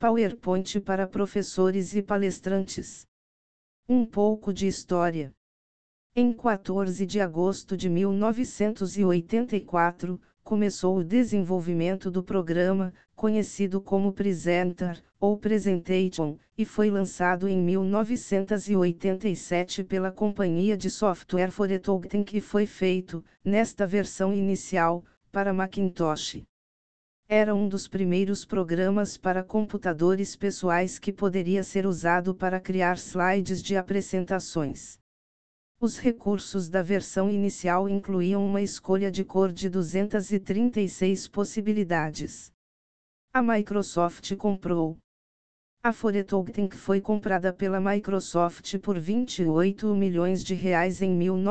PowerPoint para professores e palestrantes. Um pouco de história. Em 14 de agosto de 1984, começou o desenvolvimento do programa, conhecido como Presenter, ou Presentation, e foi lançado em 1987 pela companhia de software ForeTalk, que foi feito, nesta versão inicial, para Macintosh. Era um dos primeiros programas para computadores pessoais que poderia ser usado para criar slides de apresentações. Os recursos da versão inicial incluíam uma escolha de cor de 236 possibilidades. A Microsoft comprou. A ForeTalk foi comprada pela Microsoft por R$ 28 milhões em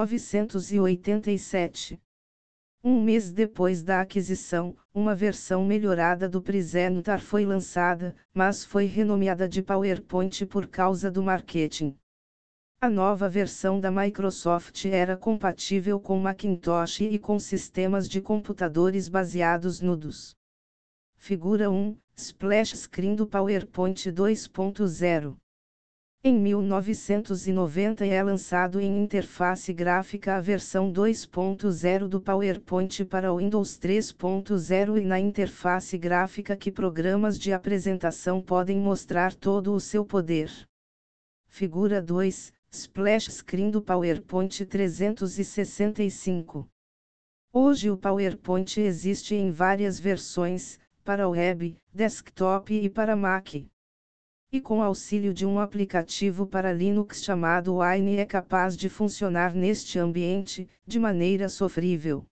1987. Um mês depois da aquisição, uma versão melhorada do Presenter foi lançada, mas foi renomeada de PowerPoint por causa do marketing. A nova versão da Microsoft era compatível com Macintosh e com sistemas de computadores baseados no DOS. Figura 1, Splash Screen do PowerPoint 2.0. Em 1990 é lançado em interface gráfica a versão 2.0 do PowerPoint para Windows 3.0 e na interface gráfica que programas de apresentação podem mostrar todo o seu poder. Figura 2, Splash Screen do PowerPoint 365. Hoje o PowerPoint existe em várias versões, para web, desktop e para Mac. E com auxílio de um aplicativo para Linux chamado Wine é capaz de funcionar neste ambiente, de maneira sofrível.